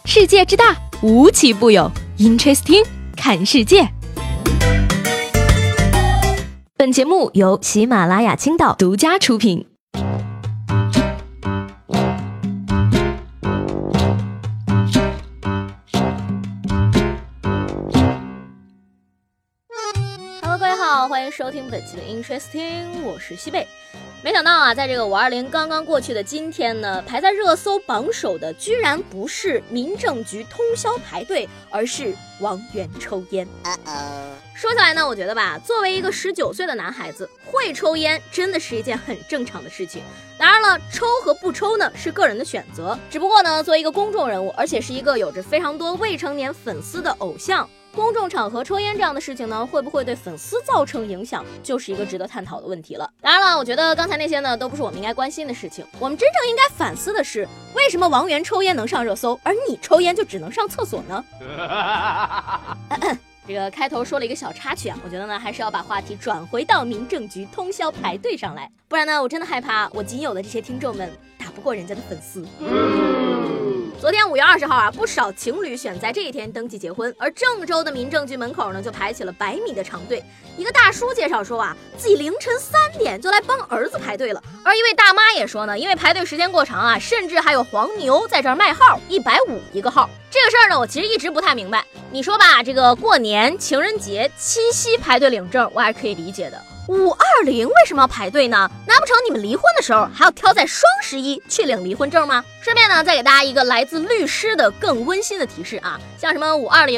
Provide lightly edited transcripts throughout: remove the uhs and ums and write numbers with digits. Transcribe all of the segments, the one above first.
世界之大，无奇不有。Interesting， 看世界。本节目由喜马拉雅青岛独家出品。 Hello， 各位好，欢迎收听本期的 Interesting， 我是西贝。没想到啊，在这个520刚刚过去的今天呢，排在热搜榜首的居然不是民政局通宵排队，而是王源抽烟。说起来呢，我觉得吧，作为一个19岁的男孩子，会抽烟真的是一件很正常的事情。当然了，抽和不抽呢是个人的选择，只不过呢，作为一个公众人物，而且是一个有着非常多未成年粉丝的偶像，公众场合抽烟这样的事情呢，会不会对粉丝造成影响，就是一个值得探讨的问题了。当然了，我觉得刚才那些呢，都不是我们应该关心的事情。我们真正应该反思的是，为什么王源抽烟能上热搜，而你抽烟就只能上厕所呢？这个开头说了一个小插曲啊，我觉得呢，还是要把话题转回到民政局通宵排队上来，不然呢，我真的害怕我仅有的这些听众们打不过人家的粉丝。昨天5月20号啊，不少情侣选在这一天登记结婚，而郑州的民政局门口呢，就排起了100米的长队。一个大叔介绍说啊，自己凌晨3点就来帮儿子排队了。而一位大妈也说呢，因为排队时间过长啊，甚至还有黄牛在这儿卖号，150一个号。这个事儿呢，我其实一直不太明白。你说吧，这个过年、情人节、七夕排队领证，我还是可以理解的。520为什么要排队呢？难不成你们离婚的时候还要挑在双11去领离婚证吗？顺便呢，再给大家一个来自律师的更温馨的提示啊，像什么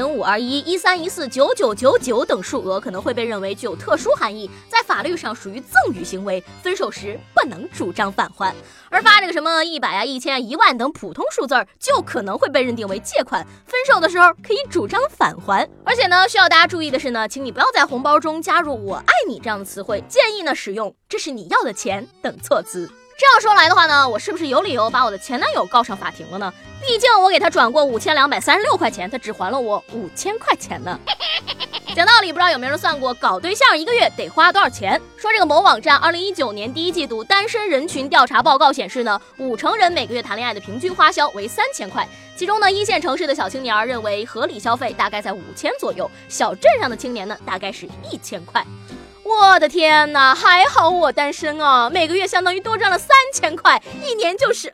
520、521、1314、9999等数额可能会被认为具有特殊含义，在法律上属于赠与行为，分手时不能主张返还。而发这个什么100啊、1000啊、10000等普通数字就可能会被认定为借款，分手的时候可以主张返还。而且呢，需要大家注意的是呢，请你不要在红包中加入我爱你这样的词汇，建议呢使用这是你要的钱等措辞。这样说来的话呢，我是不是有理由把我的前男友告上法庭了呢？毕竟我给他转过5236块钱，他只还了我5000块钱呢。讲道理，不知道有没有人算过搞对象1个月得花多少钱？说这个某网站2019年第一季度单身人群调查报告显示呢，5成人每个月谈恋爱的平均花销为3000块，其中呢1线城市的小青年认为合理消费大概在5000左右，小镇上的青年呢大概是1000块。我的天哪，还好我单身啊，每个月相当于多赚了3000块，一年就是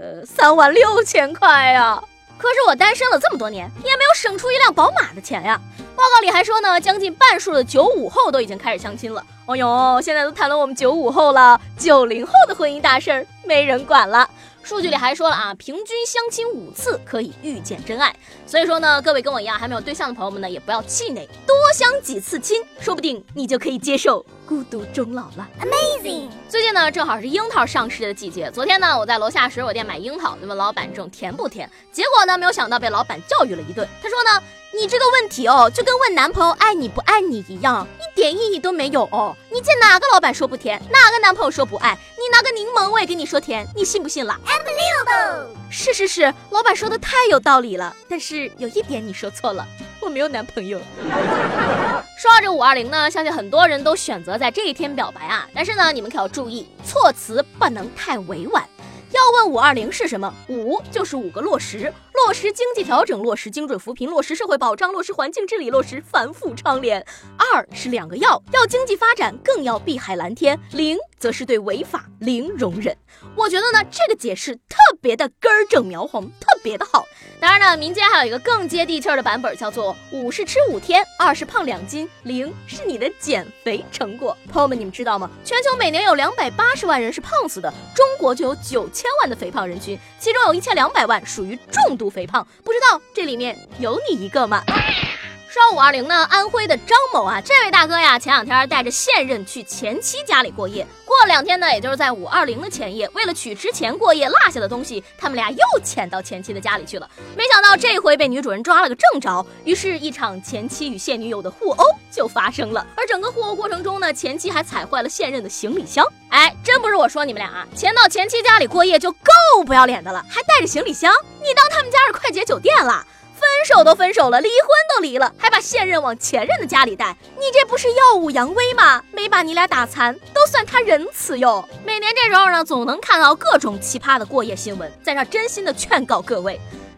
36000块啊。可是我单身了这么多年，也没有省出一辆宝马的钱呀。报告里还说呢，将近半数的95后都已经开始相亲了。哦哟，现在都谈论我们95后了，90后的婚姻大事没人管了。数据里还说了啊，平均相亲5次可以遇见真爱。所以说呢，各位跟我一样还没有对象的朋友们呢，也不要气馁，多相几次亲，说不定你就可以接受孤独终老了。Amazing！ 最近呢，正好是樱桃上市的季节。昨天呢，我在楼下水果店买樱桃，就问老板这种甜不甜，结果呢，没有想到被老板教育了一顿。他说呢，你这个问题哦，就跟问男朋友爱你不爱你一样，一点意义都没有哦。你见哪个老板说不甜，哪个男朋友说不爱？你拿个柠檬我也跟你说甜，你信不信了 ？Unbelievable！ 是，老板说的太有道理了。但是有一点你说错了，我没有男朋友。说到这520呢，相信很多人都选择在这一天表白啊，但是呢，你们可要注意，措辞不能太委婉。要问520是什么？5就是5个落实，落实经济调整，落实精准扶贫，落实社会保障，落实环境治理，落实反腐倡廉。2是2个要经济发展，更要碧海蓝天。0则是对违法零容忍。我觉得呢，这个解释特别的根正苗红，特别的好。当然呢，民间还有一个更接地气儿的版本，叫做5是吃5天，2是胖2斤，0是你的减肥成果。朋友们，你们知道吗？全球每年有280万人是胖死的，中国就有9000万的肥胖人群，其中有1200万属于重度肥胖，不知道这里面有你一个吗？说520呢，安徽的张某啊，这位大哥呀，前2天带着现任去前妻家里过夜，过了2天呢，也就是在520的前夜，为了取之前过夜落下的东西，他们俩又潜到前妻的家里去了。没想到这回被女主人抓了个正着，于是一场前妻与现女友的互殴就发生了。而整个互殴过程中呢，前妻还踩坏了现任的行李箱。哎，真不是我说你们俩啊，潜到前妻家里过夜就够不要脸的了，还带着行李箱，你当他们家是快捷酒店了？分手都分手了，离婚都离了，还把现任往前任的家里带，你这不是耀武扬威吗？没把你俩打残，都算他仁慈哟。每年这时候呢，总能看到各种奇葩的过夜新闻，在这真心的劝告各位，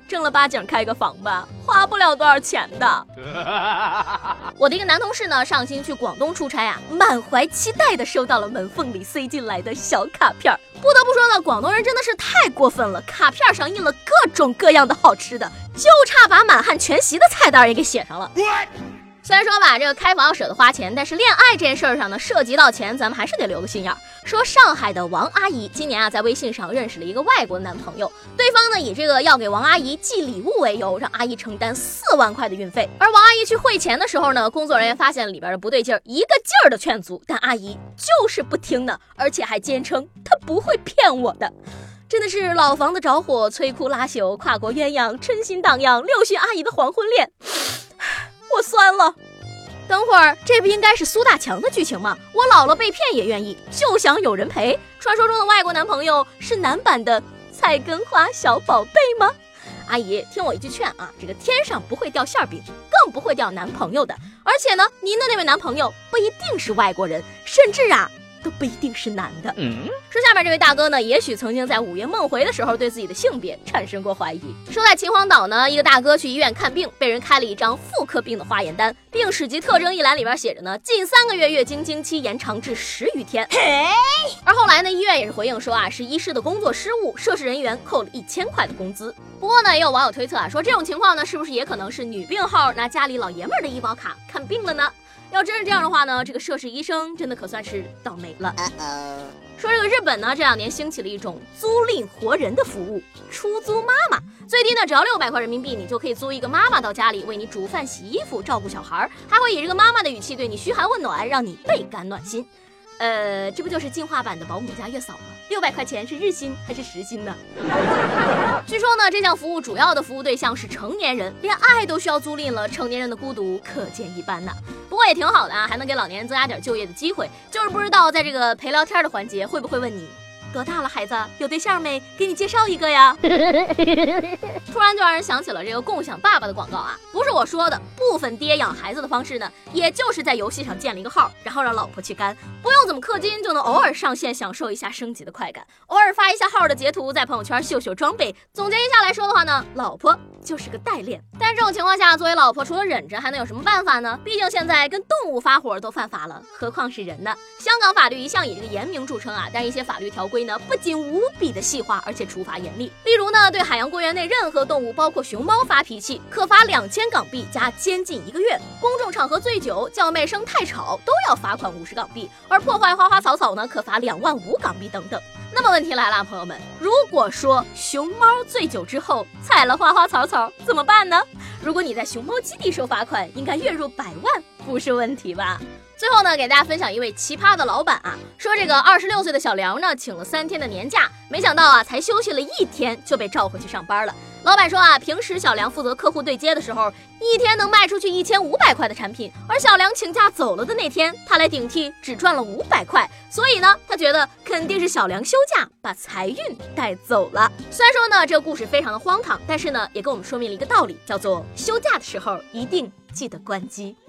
正儿八经开个房吧，花不了多少钱的。我的一个男同事呢，上星期去广东出差啊，满怀期待的收到了门缝里塞进来的小卡片。不得不说呢，广东人真的是太过分了，卡片上印了各种各样的好吃的，就差把满汉全席的菜单也给写上了。虽然说吧，这个开房要舍得花钱，但是恋爱这件事上呢，涉及到钱，咱们还是得留个心眼儿。说上海的王阿姨今年啊，在微信上认识了一个外国的男朋友，对方呢以这个要给王阿姨寄礼物为由，让阿姨承担4万块的运费。而王阿姨去汇钱的时候呢，工作人员发现里边的不对劲儿，一个劲儿的劝阻，但阿姨就是不听呢，而且还坚称她不会骗我的。真的是老房子着火，摧枯拉朽，跨国鸳鸯，春心荡漾，六旬阿姨的黄昏恋。我酸了。等会儿，这不应该是苏大强的剧情吗？我老了被骗也愿意，就想有人陪。传说中的外国男朋友是男版的菜根花小宝贝吗？阿姨，听我一句劝啊，这个天上不会掉馅饼，更不会掉男朋友的。而且呢，您的那位男朋友不一定是外国人，甚至啊，都不一定是男的。说下面这位大哥呢，也许曾经在午夜梦回的时候对自己的性别产生过怀疑。说在秦皇岛呢，一个大哥去医院看病，被人开了一张妇科病的化验单，病史及特征一栏里边写着呢，近3个月月经经期延长至10余天。而后来呢，医院也是回应说啊，是医师的工作失误，涉事人员扣了1000块的工资。不过呢，也有网友推测啊，说这种情况呢，是不是也可能是女病号拿家里老爷们儿的医保卡看病了呢？要真是这样的话呢，这个涉事医生真的可算是倒霉了。说这个日本呢，这2年兴起了一种租赁活人的服务，出租妈妈。最低呢，只要600块人民币，你就可以租一个妈妈到家里为你煮饭、洗衣服、照顾小孩，还会以这个妈妈的语气对你嘘寒问暖，让你倍感暖心。这不就是进化版的保姆加月嫂吗？600块钱是日薪还是时薪呢？据说呢，这项服务主要的服务对象是成年人，连爱都需要租赁了，成年人的孤独可见一斑呐。不过也挺好的啊，还能给老年人增加点就业的机会。就是不知道在这个陪聊天的环节，会不会问你多大了，孩子有对象没？给你介绍一个呀。突然就让人想起了这个共享爸爸的广告啊，不是我说的，部分爹养孩子的方式呢，也就是在游戏上建了一个号，然后让老婆去干，不用怎么氪金就能偶尔上线享受一下升级的快感，偶尔发一下号的截图，在朋友圈秀秀装备。总结一下来说的话呢，老婆就是个代练。但是这种情况下，作为老婆除了忍着还能有什么办法呢？毕竟现在跟动物发火都犯法了，何况是人呢？香港法律一向以这个严明著称啊，但一些法律条规呢，不仅无比的细化，而且处罚严厉。例如呢，对海洋公园内任何动物，包括熊猫发脾气，可罚2000港币加监禁1个月；公众场合醉酒、叫卖声太吵，都要罚款50港币；而破坏花花草草呢，可罚25000港币等等。那么问题来了，朋友们，如果说熊猫醉酒之后踩了花花草草怎么办呢？如果你在熊猫基地收罚款，应该月入100万，不是问题吧？最后呢，给大家分享一位奇葩的老板啊，说这个26岁的小梁呢，请了3天的年假，没想到啊，才休息了1天就被召回去上班了。老板说啊，平时小梁负责客户对接的时候，一天能卖出去1500块的产品，而小梁请假走了的那天，他来顶替只赚了500块，所以呢，他觉得肯定是小梁休假把财运带走了。虽然说呢，这个故事非常的荒唐，但是呢，也跟我们说明了一个道理，叫做休假的时候一定记得关机。